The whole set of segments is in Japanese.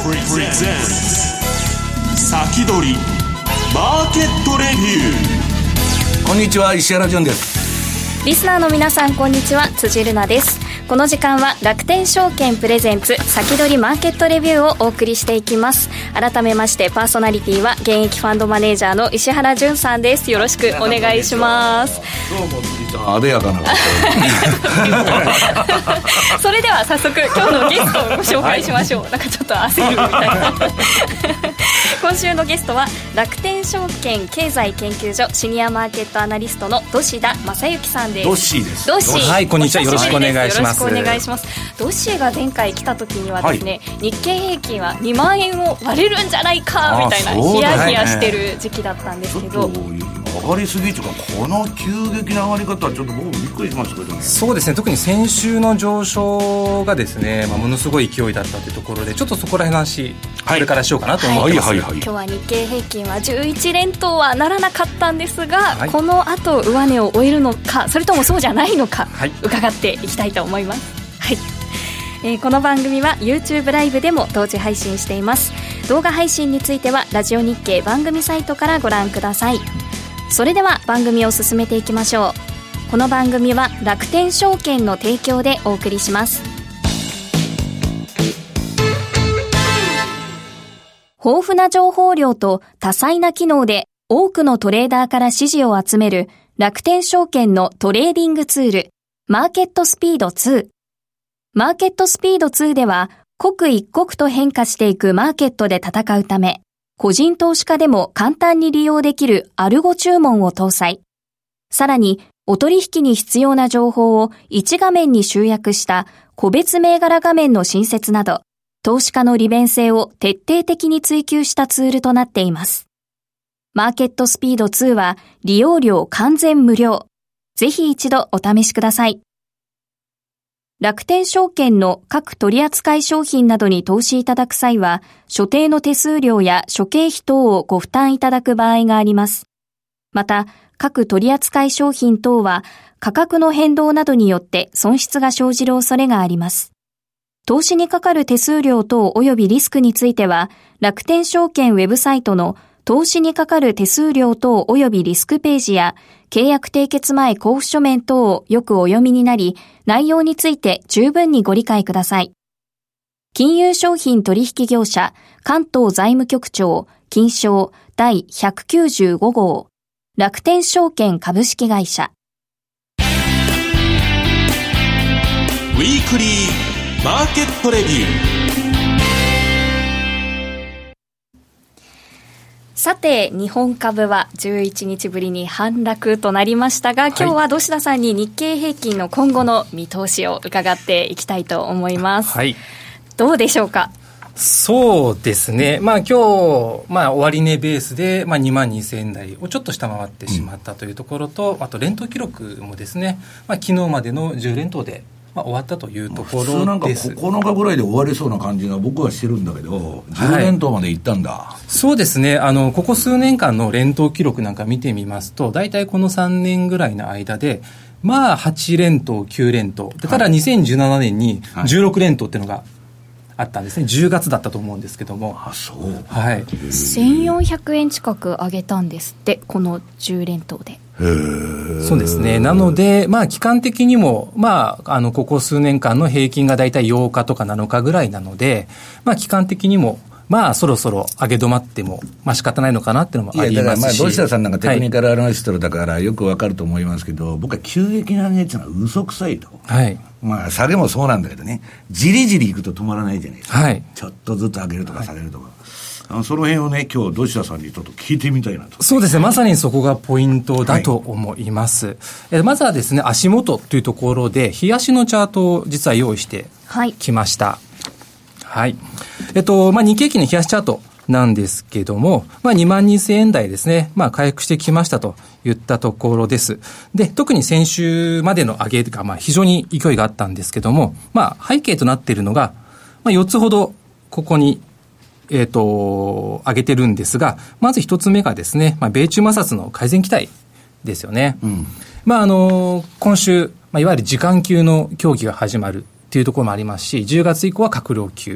先取りマーケットレビュー。 こんにちは、石原潤です。 リスナーの皆さん、こんにちは、辻るなです。この時間は楽天証券プレゼンツ先取りマーケットレビューをお送りしていきます。改めましてパーソナリティは現役ファンドマネージャーの石原潤さんです。よろしくお願いします。 どうも辻さん、あでやかなそれでは早速今日のゲストをご紹介しましょう、なんかちょっと焦るみたいな今週のゲストは楽天証券経済研究所シニアマーケットアナリストの土師田正幸さんです。 ドッシーです。 ドッシー、 はい、こんにちは、よろしくお願いします。 よろしくお願いします。ドッシーが前回来た時にはですね、日経平均は2万円を割れるんじゃないかみたいなヒヤヒヤしてる時期だったんですけど、 上がりすぎというか、この急激な上がり方はちょっと僕もびっくりしましたけどね。 そうですね、特に先週の上昇がですね、ものすごい勢いだったというところで、ちょっとそこら辺の話、これからしようかなと思ってます。 今日は日経平均は11連投はならなかったんですが、この後上値を終えるのか、それともそうじゃないのか、伺っていきたいと思います。この番組は YouTube ライブでも同時配信しています。動画配信についてはラジオ日経番組サイトからご覧ください。それでは番組を進めていきましょう。この番組は楽天証券の提供でお送りします。豊富な情報量と多彩な機能で多くのトレーダーから支持を集める楽天証券のトレーディングツールマーケットスピード2。マーケットスピード2では刻一刻と変化していくマーケットで戦うため、個人投資家でも簡単に利用できるアルゴ注文を搭載。さらに、お取引に必要な情報を1画面に集約した個別銘柄画面の新設など、投資家の利便性を徹底的に追求したツールとなっています。マーケットスピード2は利用料完全無料。ぜひ一度お試しください。楽天証券の各取扱商品などに投資いただく際は、所定の手数料や諸経費等をご負担いただく場合があります。また、各取扱商品等は価格の変動などによって損失が生じる恐れがあります。投資にかかる手数料等及びリスクについては、楽天証券ウェブサイトの投資にかかる手数料等及びリスクページや、契約締結前交付書面等をよくお読みになり、内容について十分にご理解ください。金融商品取引業者関東財務局長金商第195号楽天証券株式会社。 ウィークリーマーケットレビュー。 さて、日本株は11日ぶりに反落となりましたが、今日は土師田さんに日経平均の今後の見通しを伺っていきたいと思います。どうでしょうか。 そうですね、今日、終値ベースで、2万2000円台をちょっと下回ってしまったというところと、あと連投記録もですね、昨日までの10連投で終わったというところです。普通なんか9日ぐらいで終わりそうな感じが僕はしてるんだけど、10連投までいったんだ。 そうですね、ここ数年間の連投記録なんか見てみますと、大体この3年ぐらいの間で8連投9連投で、ただ2017年に16連投っていうのがあったんですね。10月だったと思うんですけども。 そう。 1400円近く上げたんですって、この10連投で。 そうですね。なので、期間的にも、ここ数年間の平均がだいたい8日とか7日ぐらいなので、期間的にも、そろそろ上げ止まっても、仕方ないのかなっていうのもありますし。 土下座さんなんかテクニカルアナリストだからよくわかると思いますけど、僕は急激な上げっていうのは嘘くさいと。下げもそうなんだけどね、じりじりいくと止まらないじゃないですか。ちょっとずつ上げるとか下げるとか。その辺をね、今日土下座さんにちょっと聞いてみたいなと。 そうですね、まさにそこがポイントだと思います。まずはですね、足元というところで、日足のチャートを実は用意してきました。日経期の日足チャートなんですけども、2万2000円台ですね、回復してきましたといったところです。で、特に先週までの上げが、非常に勢いがあったんですけども、背景となっているのが、4つほどここに上げてるんですが、まず一つ目がですね、米中摩擦の改善期待ですよね。今週、いわゆる時間級の協議が始まるというところもありますし、10月以降は閣僚級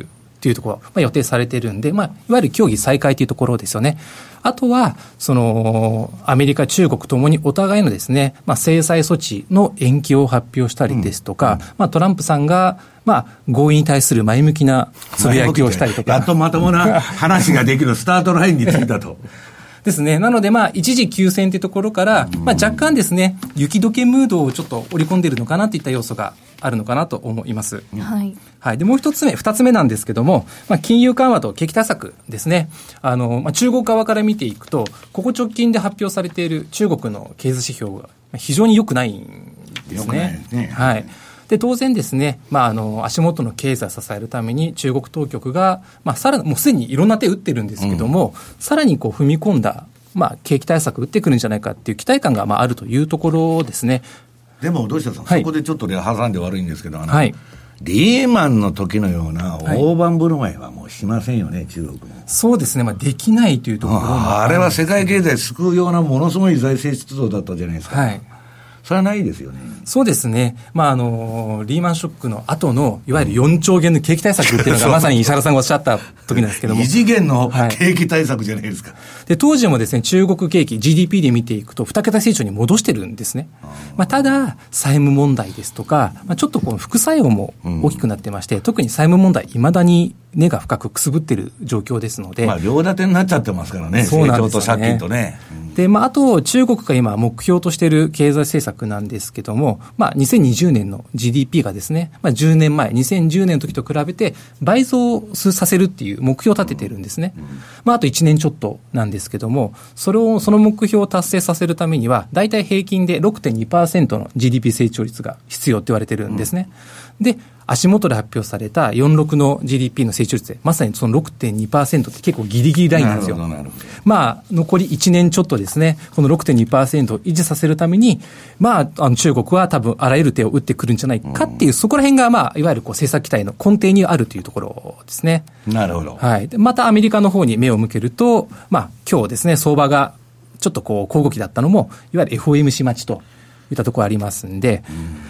というところ、予定されているんで、いわゆる協議再開というところですよね。あとは、アメリカ、中国ともにお互いのですね、制裁措置の延期を発表したりですとか、トランプさんが、合意に対する前向きなつぶやきをしたりとか。 やっとまともな話ができるスタートラインについたと。 ですね。なので、一時休戦というところから、若干ですね、雪解けムードをちょっと織り込んでいるのかなといった要素があるのかなと思います。 はい。 はい。で、もう二つ目なんですけども、金融緩和と景気対策ですね。中国側から見ていくと、ここ直近で発表されている中国の経済指標が非常に良くないんですね。良くないですね。はい。で、当然ですね、足元の経済を支えるために中国当局が、さらに、もうすでにいろんな手打ってるんですけども、さらに踏み込んだ、景気対策打ってくるんじゃないかっていう期待感が、あるというところですね。 でも、どうしたさん、そこでちょっと挟んで悪いんですけど、リーマンの時のような大盤振る舞いはもうしませんよね、中国も。 そうですね、できないというところもあれは世界経済救うようなものすごい財政出動だったじゃないですか。それはないですよね。 そうですね。リーマンショックの後の、いわゆる4兆元の景気対策っていうのがまさに石原さんがおっしゃった時なんですけども。 異次元の景気対策じゃないですか。 で、当時もですね、中国景気、GDP で見ていくと、2桁成長に戻してるんですね。ただ、債務問題ですとか、ちょっと副作用も大きくなってまして、特に債務問題、未だに根が深くくすぶっている状況ですので。 両立てになっちゃってますからね。 そうなんですよね。 成長と借金とね。 で、あと、中国が今目標としている経済政策なんですけども、2020年の GDP がですね、10年前、2010年の時と比べて倍増させるっていう目標を立てているんですね。あと1年ちょっとなんですけども、その目標を達成させるためには、だいたい平均で 6.2% の GDP 成長率が必要って言われてるんですね。で、足元で発表された46の GDP の成長率で、まさにその 6.2% って結構ギリギリラインなんですよ。残り1年ちょっとですね、この 6.2% を維持させるために、中国は多分あらゆる手を打ってくるんじゃないかっていう、そこら辺がいわゆる政策期待の根底にあるというところですね。 なるほど。 はい。で、またアメリカの方に目を向けると、今日ですね、相場がちょっと小動きだったのも、いわゆる FOMC 待ちといったところありますんで、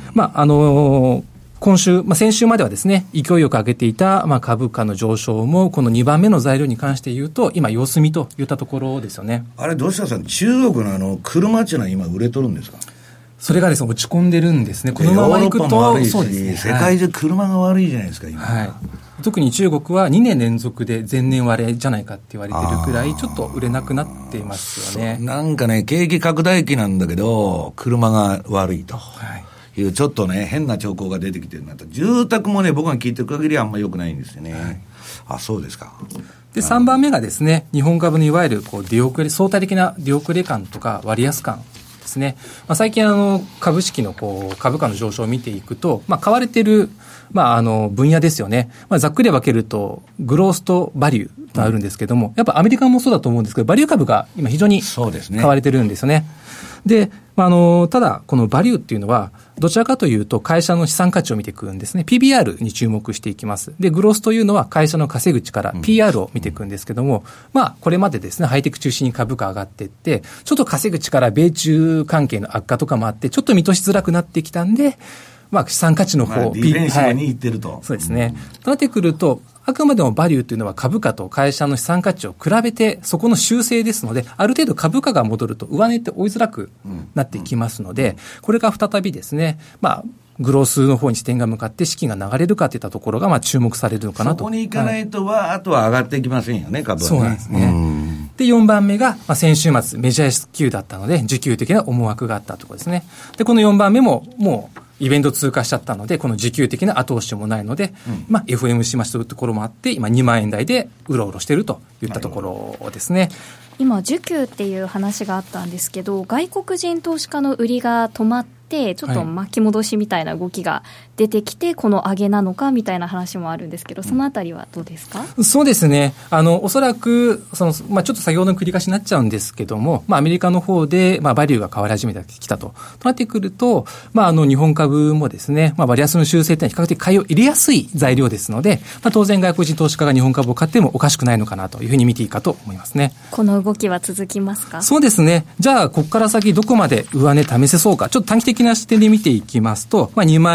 今週、先週まではですね、勢いよく上げていた、株価の上昇も、この2番目の材料に関して言うと、今、様子見といったところですよね。 あれ、どうしたさん、中国の車っていうのは今、売れとるんですか？ それがですね、落ち込んでるんですね。このままいくと、 そうですね、世界中車が悪いじゃないですか、今。 はい。特に中国は2年連続で前年割れじゃないかって言われてるくらい、ちょっと売れなくなっていますよね。 なんかね、景気拡大期なんだけど、車が悪いと。いうちょっとね変な兆候が出てきてるなと。住宅もね僕が聞いてる限りはあんまり良くないんですよね。そうですか。 で3番目がですね、日本株のいわゆる出遅れ、相対的な出遅れ感とか割安感ですね。最近株式の株価の上昇を見ていくと、買われている分野ですよね。ざっくり分けるとグロースとバリューとあるんですけども、やっぱアメリカもそうだと思うんですけど、バリュー株が今非常に買われてるんですよね。で、ただこのバリューっていうのはどちらかというと会社の資産価値を見ていくんですね。 PBR に注目していきます。でグロースというのは会社の稼ぐ力、PR を見ていくんですけども、これまでですねハイテク中心に株価上がっていって、ちょっと稼ぐ力、米中関係の悪化とかもあってちょっと見通しづらくなってきたんで、資産価値の方、 ディフェンシブにいってると、 そうですね。となってくると、あくまでもバリューというのは株価と会社の資産価値を比べてそこの修正ですので、ある程度株価が戻ると上値って追いづらくなってきますので、これが再びですね、グロースの方に視点が向かって資金が流れるかといったところが注目されるのかなと。 そこに行かないとあとは上がっていきませんよね、株はね。 そうなんですね。で4番目が、先週末メジャー S q だったので需給的な思惑があったところですね。でこの4番目ももうイベント通過しちゃったので、この需給的な後押しもないので、FOMC 待ちというところもあって、今2万円台でうろうろしているといったところですね。 今需給っていう話があったんですけど、外国人投資家の売りが止まってちょっと巻き戻しみたいな動きが出てきて、この上げなのかみたいな話もあるんですけど、そのあたりはどうですか？ そうですね。おそらくちょっと先ほどの繰り返しになっちゃうんですけども、アメリカの方でバリューが変わり始めてきたとなってくると、日本株もですね、割安の修正点比較的買いを入れやすい材料ですので、当然外国人投資家が日本株を買ってもおかしくないのかなというふうに見ていいかと思いますね。 この動きは続きますか？ そうですね。じゃあここから先どこまで上値試せそうか、ちょっと短期的な視点で見ていきますと、2万2000円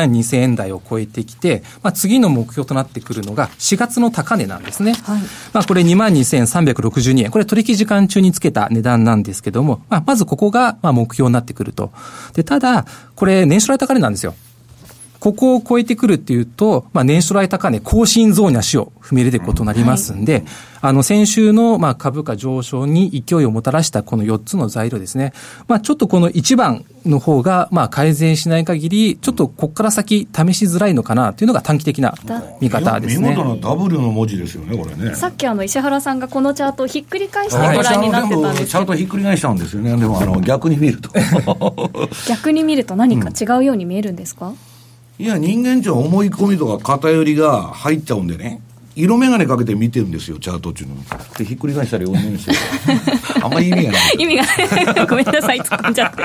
円台を超えてきて、次の目標となってくるのが4月の高値なんですね。はい、これ 22,362 円。これ取引時間中につけた値段なんですけども、まずここが目標になってくると。で、ただ、これ年初来高値なんですよ。ここを超えてくるっていうと、年初来高値更新ゾーンに足を踏み入れていくことになりますんで、先週の株価上昇に勢いをもたらしたこの4つの材料ですね。ちょっとこの1番の方が改善しない限り、ちょっとここから先試しづらいのかなというのが短期的な見方ですね。 見事なダブルの文字ですよね、これね。 さっき石原さんがこのチャートをひっくり返してご覧になってたんですけど、 チャートひっくり返したんですよね。でも逆に見ると逆に見ると何か違うように見えるんですか？ いや、人間って思い込みとか偏りが入っちゃうんでね、色眼鏡かけて見てるんですよ、チャートっていうので、ひっくり返したら読めるんですよあんまり意味がない意味がないごめんなさい、突っ込んじゃって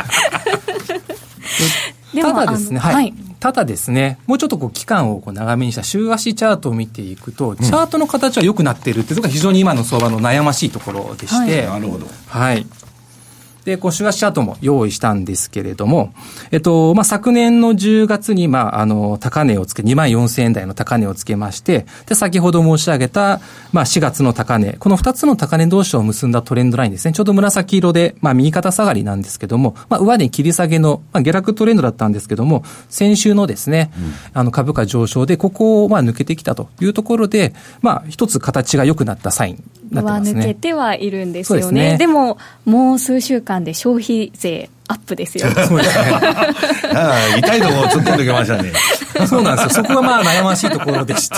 ただですね、はい、ただですね、もうちょっと期間を長めにした週足チャートを見ていくと、チャートの形は良くなっているっていうのが非常に今の相場の悩ましいところでして、 なるほど。 はい。で、週足チャートも用意したんですけれども、昨年の10月に、高値をつけ、24,000 円台の高値をつけまして、で、先ほど申し上げた、4月の高値、この2つの高値同士を結んだトレンドラインですね。ちょうど紫色で、右肩下がりなんですけども、上値切り下げの、下落トレンドだったんですけども、先週のですね、株価上昇で、ここを、抜けてきたというところで、一つ形が良くなったサインになってますね。 抜けてはいるんですよね。そうですね。でも、もう数週間で消費税アップですよ。 そうですね。痛いところを突っ込んできましたね。 そうなんですよ。そこが悩ましいところでして。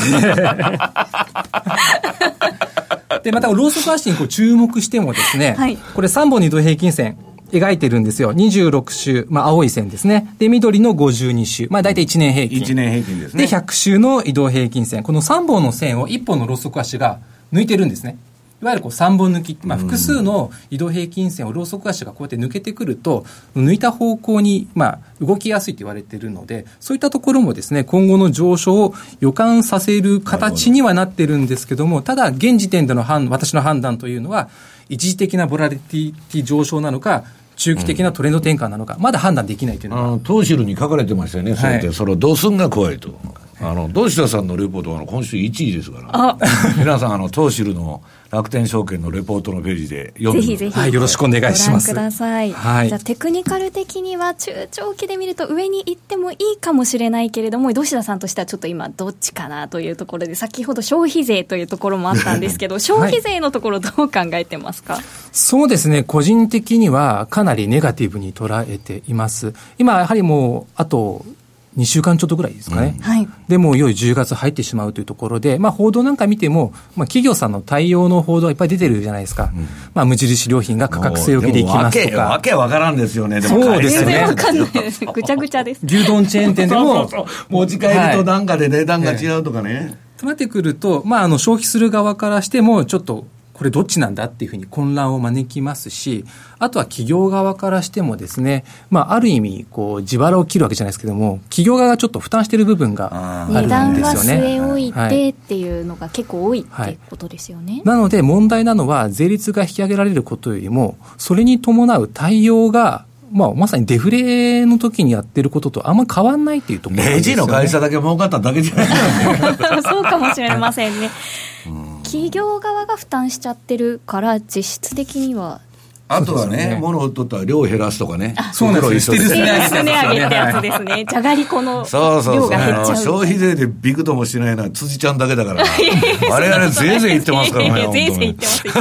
で、またローソク足に注目してもですね、はい、これ3本の移動平均線描いてるんですよ。26週、青い線ですね。で、緑の52週。大体1年平均。 1年平均ですね。 で、100週の移動平均線。この3本の線を1本のローソク足が抜いてるんですね。いわゆる3本抜き、複数の移動平均線をローソク足がこうやって抜けてくると、抜いた方向に動きやすいと言われているので、そういったところもですね、今後の上昇を予感させる形にはなってるんですけども、ただ現時点での私の判断というのは、一時的なボラティティ上昇なのか、中期的なトレンド転換なのか、まだ判断できないというのが。 トーシルに書かれてましたよね、そうやって、そのドスンが怖いと。堂下さんのレポートは今週1位ですから、皆さんトーシルの楽天証券のレポートのページで読んでぜひぜひ、 はい、よろしくお願いします。 ご覧ください。はい、じゃあテクニカル的には中長期で見ると上に行ってもいいかもしれないけれども、堂下さんとしてはちょっと今どっちかなというところで、先ほど消費税というところもあったんですけど消費税のところどう考えてますか？はい、 そうですね、個人的にはかなりネガティブに捉えています。今やはりもうあと2週間ちょっとぐらいですかね。はい、でもういよいよ10月入ってしまうというところで、報道なんか見ても、企業さんの対応の報道がいっぱい出てるじゃないですか。無印良品が価格据え置きでいきますとか。 わけわからんですよね。 でもそうですよね。 全然わかんないです。ぐちゃぐちゃです。 牛丼チェーン店でも持ち帰るとなんかで値段が違うとかね。 となってくると、消費する側からしてもちょっとこれどっちなんだっていうふうに混乱を招きますし、あとは企業側からしてもですね、ある意味自腹を切るわけじゃないですけども、企業側がちょっと負担している部分があるんですよね。 値段は据え置いてっていうのが結構多いってことですよね。はい、 なので問題なのは税率が引き上げられることよりも、それに伴う対応がまさにデフレの時にやってることとあんま変わんないっていうところですよね。 レジの会社だけ儲かっただけじゃないそうかもしれませんね。企業側が負担しちゃってるから実質的には。 あとはね、物を取ったら量を減らすとかね。 そうなんですよ。 ステルス値上げってやつですね。じゃがりこの量が減っちゃう。 消費税でビクともしないのは辻ちゃんだけだから。我々ぜいぜい言ってますからね。 ぜいぜい言ってますよ。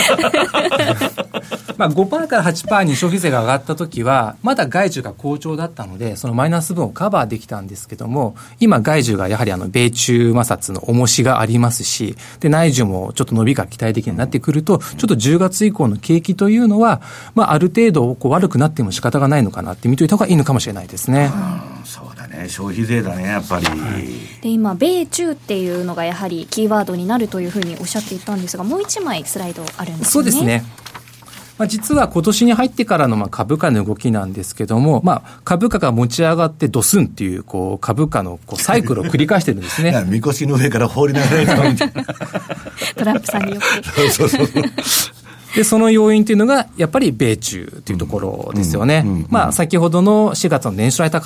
5% から 8% に消費税が上がったときは、まだ外需が好調だったので、そのマイナス分をカバーできたんですけども、今外需がやはり米中摩擦の重しがありますし、で、内需もちょっと伸びが期待できるようになってくると、ちょっと10月以降の景気というのは、ある程度悪くなっても仕方がないのかなって見といた方がいいのかもしれないですね。 そうだね、消費税だね、やっぱり。 で、今、米中っていうのがやはりキーワードになるというふうにおっしゃっていたんですが、もう一枚スライドあるんですね。 そうですね。実は今年に入ってからの株価の動きなんですけども、株価が持ち上がってドスンっていう株価のサイクルを繰り返してるんですね。 みこしの上から放り投げられたみたいな。 トランプさんによってそうで、その要因というのがやっぱり米中というところですよね。先ほどの4月の年初来高値、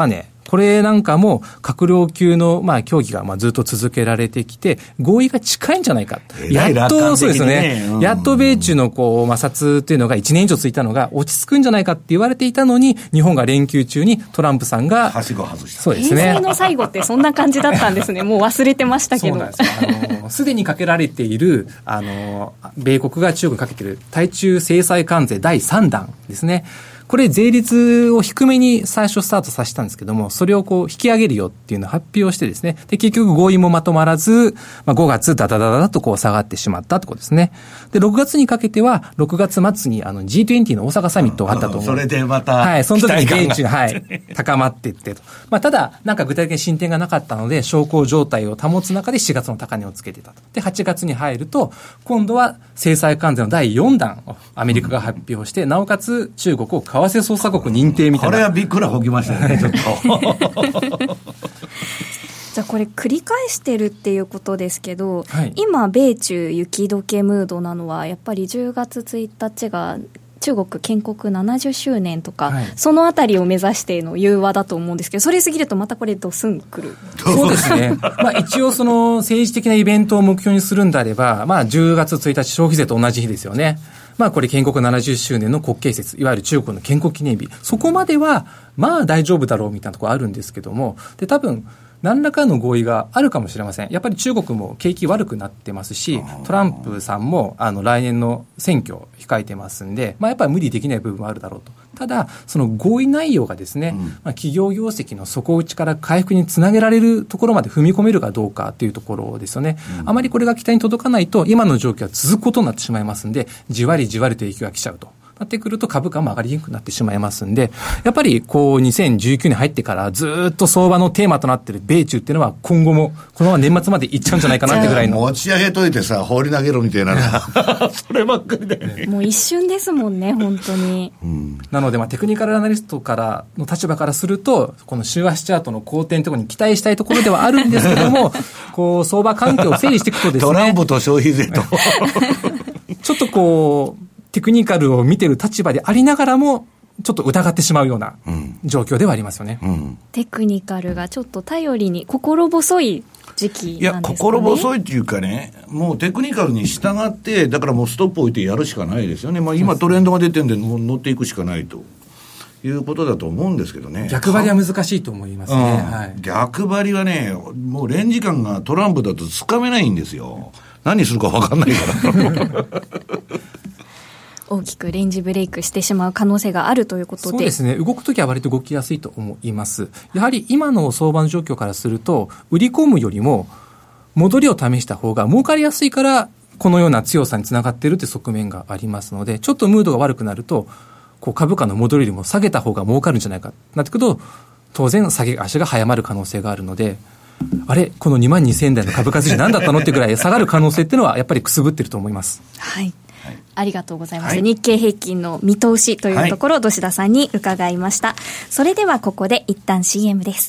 これなんかも閣僚級の協議がずっと続けられてきて、合意が近いんじゃないか。やっと、そうですね。やっと米中の摩擦というのが1年以上続いたのが落ち着くんじゃないかって言われていたのに、日本が連休中にトランプさんが。 はしご外した。 そうですね。 平成の最後ってそんな感じだったんですね。もう忘れてましたけど。そうなんですよ。すでにかけられている、米国が中国にかけている対中制裁関税第3弾ですね。これ税率を低めに最初スタートさせたんですけども、それを引き上げるよっていうのを発表してですね、で結局合意もまとまらず、5月ダダダダと下がってしまったってことですね。で6月にかけては6月末にG20 の大阪サミットがあったと思う。 それでまたはい、その時に米中が高まっていってと。ただなんか具体的に進展がなかったので小康状態を保つ中で4月の高値をつけてたと。で8月に入ると今度は制裁関税の第4弾をアメリカが発表して、なおかつ中国を為替操作国認定みたいな。 これはびっくらこきましたね、ちょっと。 じゃあこれ繰り返してるっていうことですけど、はい、今米中雪解けムードなのはやっぱり10月1日が中国建国70周年とか、はい、そのあたりを目指しての融和だと思うんですけど、それ過ぎるとまたこれドスンくる。 そうですね。一応その政治的なイベントを目標にするんであれば、10月1日消費税と同じ日ですよね。これ建国70周年の国慶節、いわゆる中国の建国記念日、そこまでは大丈夫だろうみたいなところあるんですけども、で多分何らかの合意があるかもしれません。やっぱり中国も景気悪くなってますし、トランプさんも来年の選挙を控えてますんで、やっぱり無理できない部分はあるだろうと。ただその合意内容がですね、企業業績の底打ちから回復につなげられるところまで踏み込めるかどうかというところですよね。あまりこれが期待に届かないと今の状況は続くことになってしまいますんで、じわりじわりと影響が来ちゃうとなってくると株価も上がりにくくなってしまいますんで、やっぱり2019年入ってからずっと相場のテーマとなっている米中っていうのは今後もこのまま年末までいっちゃうんじゃないかなってぐらいの。 持ち上げといてさ、放り投げろみたいなそればっかりだよね。 もう一瞬ですもんね、本当に。 なのでテクニカルアナリストからの立場からすると、この週足チャートの好転のところに期待したいところではあるんですけども相場環境を整理していくとですね、 トランプと消費税とちょっとテクニカルを見てる立場でありながらもちょっと疑ってしまうような状況ではありますよね。 テクニカルがちょっと頼りに心細い時期なんですかね。 いや心細いっていうかね、もうテクニカルに従ってだからもうストップ置いてやるしかないですよね。今トレンドが出てるんでもう乗っていくしかないということだと思うんですけどね。 逆張りは難しいと思いますね。 逆張りはね、もうレンジ感がトランプだとつかめないんですよ。何するか分かんないから大きくレンジブレイクしてしまう可能性があるということで。 そうですね。動くときは割と動きやすいと思います。やはり今の相場の状況からすると、売り込むよりも戻りを試した方が儲かりやすいから、このような強さにつながっているという側面がありますので、ちょっとムードが悪くなると株価の戻りよりも下げた方が儲かるんじゃないかなってくると、当然下げ足が早まる可能性があるので、あれこの22,000台の株価水準何だったのってぐらい下がる可能性っていうのはやっぱりくすぶってると思います。 はい、ありがとうございます。日経平均の見通しというところ、土田さんに伺いました。それではここで一旦 CM です。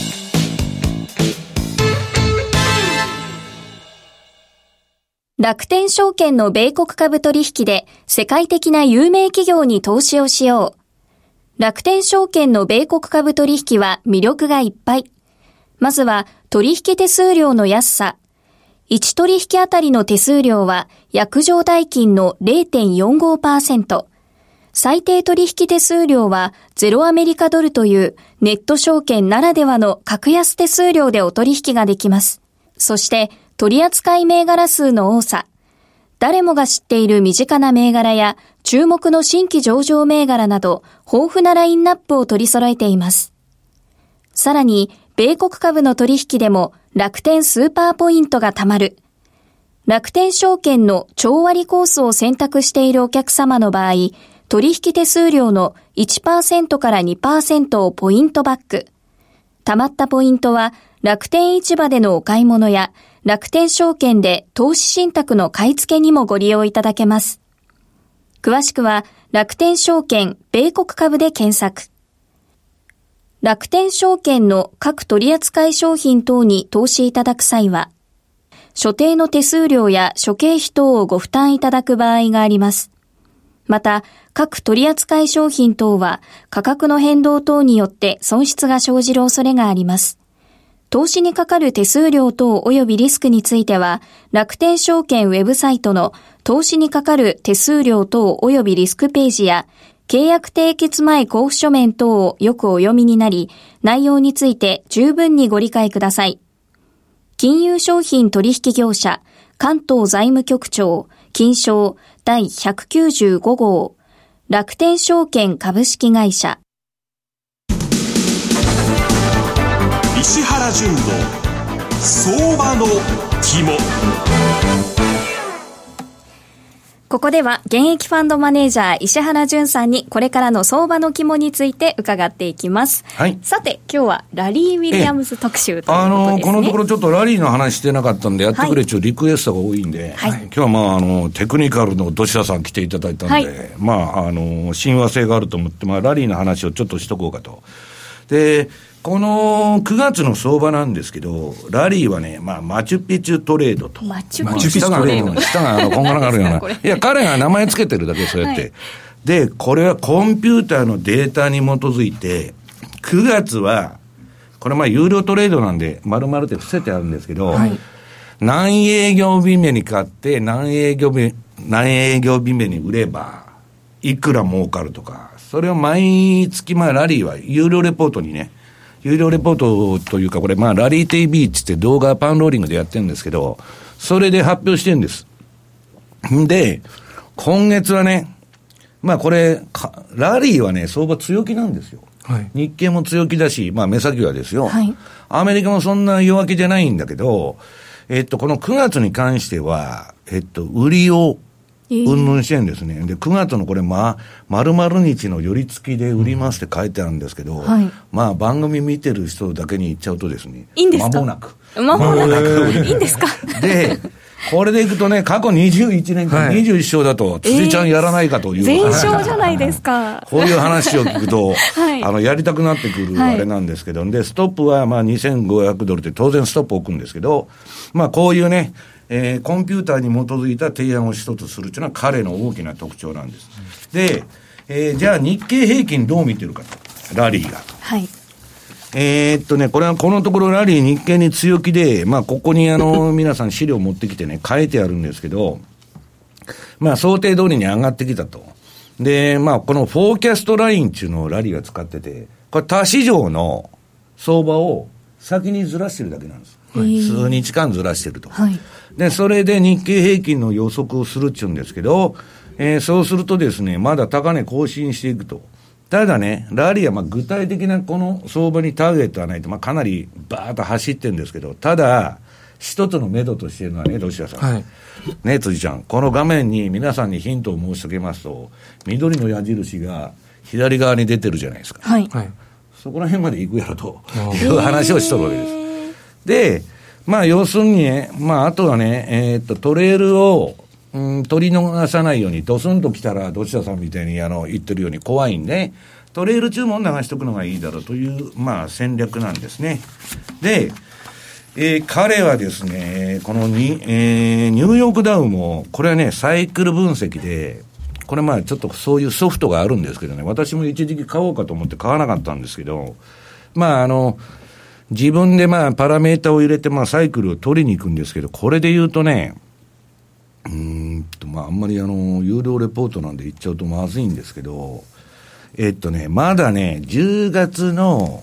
楽天証券の米国株取引で世界的な有名企業に投資をしよう。楽天証券の米国株取引は魅力がいっぱい。まずは取引手数料の安さ。1取引あたりの手数料は約定代金の 0.45%。最低取引手数料は0アメリカドルというネット証券ならではの格安手数料でお取引ができます。そして取扱銘柄数の多さ。誰もが知っている身近な銘柄や注目の新規上場銘柄など豊富なラインナップを取り揃えています。さらに米国株の取引でも楽天スーパーポイントが貯まる。楽天証券の超割コースを選択しているお客様の場合、取引手数料の 1% から 2% をポイントバック。貯まったポイントは楽天市場でのお買い物や楽天証券で投資信託の買い付けにもご利用いただけます。詳しくは楽天証券米国株で検索。楽天証券の各取扱商品等に投資いただく際は、所定の手数料や諸経費等をご負担いただく場合があります。 また、各取扱い商品等は価格の変動等によって損失が生じる恐れがあります。投資にかかる手数料等及びリスクについては、楽天証券ウェブサイトの投資にかかる手数料等及びリスクページや、契約締結前交付書面等をよくお読みになり、内容について十分にご理解ください。金融商品取引業者、関東財務局長、金商第195号、楽天証券株式会社。 石原淳の相場の肝。 ここでは現役ファンドマネージャー石原淳さんにこれからの相場の肝について伺っていきます、はい、さて今日はラリー・ウィリアムズ特集ということですね。 このところちょっとラリーの話してなかったんでやってくれちゅうリクエストが多いんで、はい、今日はテクニカルの土田さん来ていただいたんで、はい、親和性があると思って、ラリーの話をちょっとしとこうかと。でこの9月の相場なんですけど、ラリーはね、マチュピチュトレードと。 マチュピチュトレード。 下がこんがらがるような。いや、彼が名前つけてるだけ、そうやって。はい、で、これはコンピューターのデータに基づいて、9月は、これ有料トレードなんで、丸々って伏せてあるんですけど、はい、何営業日目に買って、何営業日目に売れば、いくら儲かるとか、それを毎月ラリーは有料レポートにね、有料レポートというか、これラリー TV って言って動画パンローリングでやってるんですけど、それで発表してるんです。で、今月はね、これ、ラリーはね、相場強気なんですよ。はい、日経も強気だし、目先はですよ、はい。アメリカもそんな弱気じゃないんだけど、この9月に関しては、売りを、うんぬんしてるんですね。で、9月のこれ、〇〇日の寄り付きで売りますって書いてあるんですけど、はい、番組見てる人だけに言っちゃうとですね、 いいんですか？間もなく。いいんですか？ で、これでいくとね、過去21年間21勝だと、辻ちゃんやらないかという。 全勝じゃないですか。 こういう話を聞くと、はい、やりたくなってくるあれなんですけど、で、ストップは2500ドルって当然ストップ置くんですけど、こういうね、コンピューターに基づいた提案を一つするというのは彼の大きな特徴なんです。で、じゃあ日経平均どう見てるかと。ラリーが。はい。これはこのところラリー日経に強気で、ここに皆さん資料持ってきてね、書いてあるんですけど、想定通りに上がってきたと。で、このフォーキャストラインっていうのをラリーが使ってて、これ他市場の相場を先にずらしてるだけなんです。数日間ずらしてると。はい。で、それで日経平均の予測をするって言うんですけど、そうするとですね、まだ高値更新していくと。ただね、ラリーは具体的なこの相場にターゲットはないと、かなりバーッと走ってるんですけど、ただ、一つの目処としているのはね、ロシアさん。はい。ね、辻ちゃん。この画面に皆さんにヒントを申し上げますと、緑の矢印が左側に出てるじゃないですか。はい。そこら辺まで行くやろという話をしとるわけです。で、要するにね、あとはね、トレールを、取り逃さないように、ドスンと来たら、どちらさんみたいに言ってるように怖いんで、トレール注文流しとくのがいいだろうという、戦略なんですね。で、彼はですね、このニューヨークダウも、これはね、サイクル分析で、これちょっとそういうソフトがあるんですけどね、私も一時期買おうかと思って買わなかったんですけど、自分でパラメータを入れてサイクルを取りに行くんですけど、これで言うとね、あんまり有料レポートなんで言っちゃうとまずいんですけど、まだね、10月の、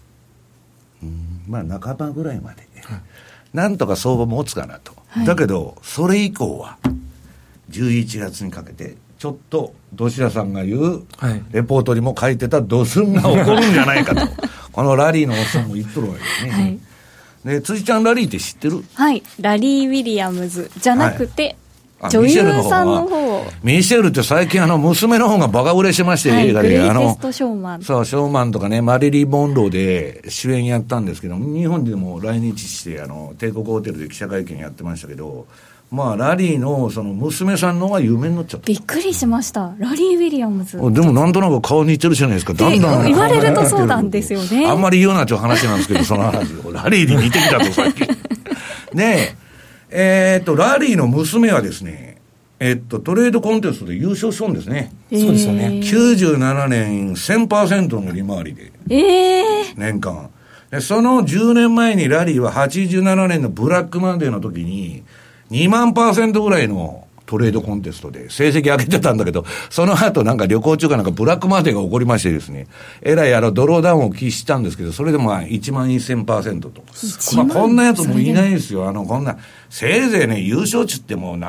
半ばぐらいまで、なんとか相場持つかなと。はい、だけど、それ以降は、11月にかけて、ちょっと、どちらさんが言う、レポートにも書いてたドスンが起こるんじゃないかと。このラリーのおっさんも言っとるわけですね。はい。で、辻ちゃんラリーって知ってる？ はい。ラリー・ウィリアムズじゃなくて、女優さんの方。 ミシェルって最近娘の方がバカ売れしてまして、映画で。 グレイテストショーマン。 そう、ショーマンとかね、マリリー・モンローで主演やったんですけど、日本でも来日して、帝国ホテルで記者会見やってましたけど、ラリーのその娘さんの方が有名になっちゃった。 びっくりしました。ラリー・ウィリアムズ。 でもなんとなく顔似てるじゃないですか。だんだん。 言われるとそうなんですよね。 あんまり言うなっちゅう話なんですけど、その話を。ラリーに似てきたとさっき。で、ラリーの娘はですね、 トレードコンテストで優勝したんですね。 そうですよね。 97年 1000% の利回りで。年間。で、その10年前にラリーは87年のブラックマンデーの時に2万%ぐらいのトレードコンテストで成績上げてたんだけど、その後なんか旅行中かなんかブラックマンデーが起こりましてですね、えらいドローダウンを喫したんですけど、それでも1万1000% と。こんなやつもいないですよ。こんな、せいぜいね、優勝値ってもう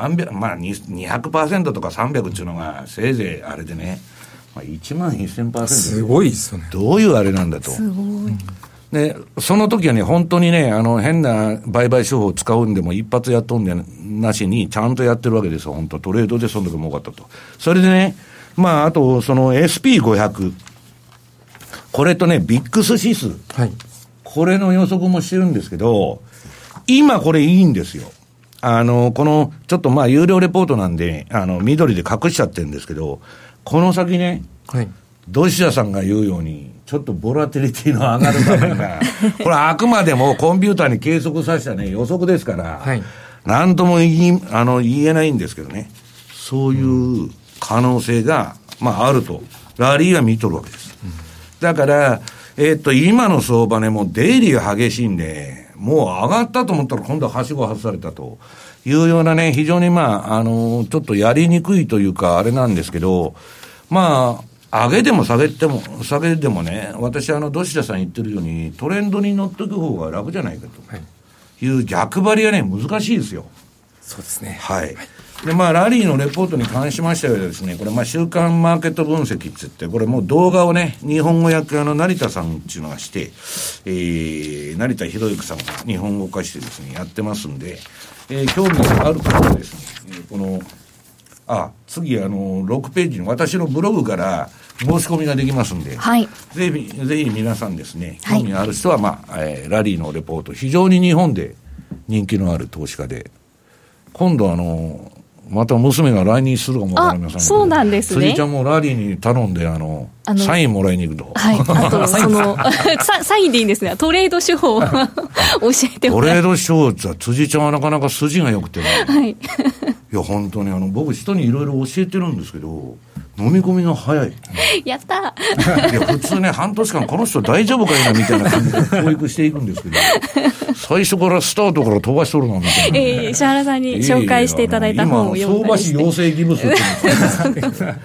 200% とか300っていうのが、せいぜいあれでね、1万1000%。 すごいですよね。 どういうあれなんだと。 すごい。 で、その時はね、本当にね、変な売買手法を使うんでも一発やっとんでなしに、ちゃんとやってるわけですよ、本当トレードでその時儲かったと。それでね、あと、その SP500。これとね、ビックス指数。はい。これの予測もしてるんですけど、今これいいんですよ。この、ちょっと有料レポートなんで、緑で隠しちゃってるんですけど、この先ね、はい。ドシダさんが言うように、ちょっとボラティリティの上がる場面が、これあくまでもコンピューターに計測させたね、予測ですから、はい、なんとも言えないんですけどね、そういう可能性が、あると、ラリーは見とるわけです。だから、今の相場ね、もう出入りが激しいんで、もう上がったと思ったら今度ははしご外されたというようなね、非常にちょっとやりにくいというか、あれなんですけど、上げでも下げでもね、私ドシダさん言ってるようにトレンドに乗っていく方が楽じゃないかという逆張りはね、難しいですよ。 そうですね。 はい。で、ラリーのレポートに関しましてはですね、これ週間マーケット分析って言って、これもう動画をね、日本語訳成田さんっていうのがして、成田博之さんが日本語化してですね、やってますんで、興味がある方はですね、次6ページに私のブログから申し込みができますんで、はい、ぜひ皆さんですね、興味がある人は、ラリーのレポート、非常に日本で人気のある投資家で、今度また娘が来日するかもわかりませんけど、 そうなんですね。 辻ちゃんもラリーに頼んでサインもらいに行くと。 はい。あとサインでいいんですね。トレード手法を教えてもらトレード手法って辻ちゃんはなかなか筋が良くてね。はい。いや本当に僕人にいろいろ教えてるんですけど、飲み込みが早い。 やったいや普通ね、半年間この人大丈夫かいなみたいな感じで教育していくんですけど、最初からスタートから飛ばしとるなみたいな。 石原さんに紹介していただいた本を読んだりして。 今相場師養成義務数って言うんですか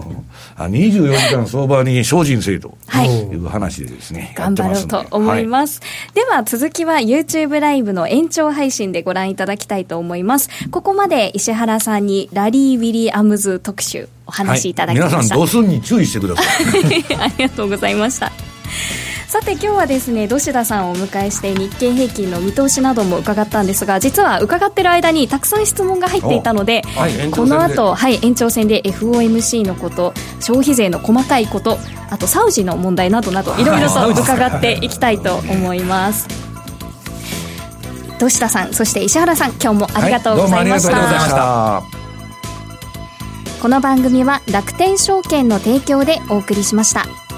24時間相場に精進せよという話でですね、 頑張ろうと思います、はい、では続きは YouTube ライブの延長配信でご覧いただきたいと思います。ここまで石原さんにラリー・ウィリアムズ特集お話しいただきました、 皆さんドスンに注意してくださいありがとうございました。さて今日はですね、土田さんをお迎えして日経平均の見通しなども伺ったんですが、実は伺ってる間にたくさん質問が入っていたので、はい、この後、はい、延長戦で FOMC のこと、消費税の細かいこと、あとサウジの問題などなどいろいろと伺っていきたいと思います土田さん、そして石原さん、今日もありがとうございました、はい、どうもありがとうございました。この番組は楽天証券の提供でお送りしました。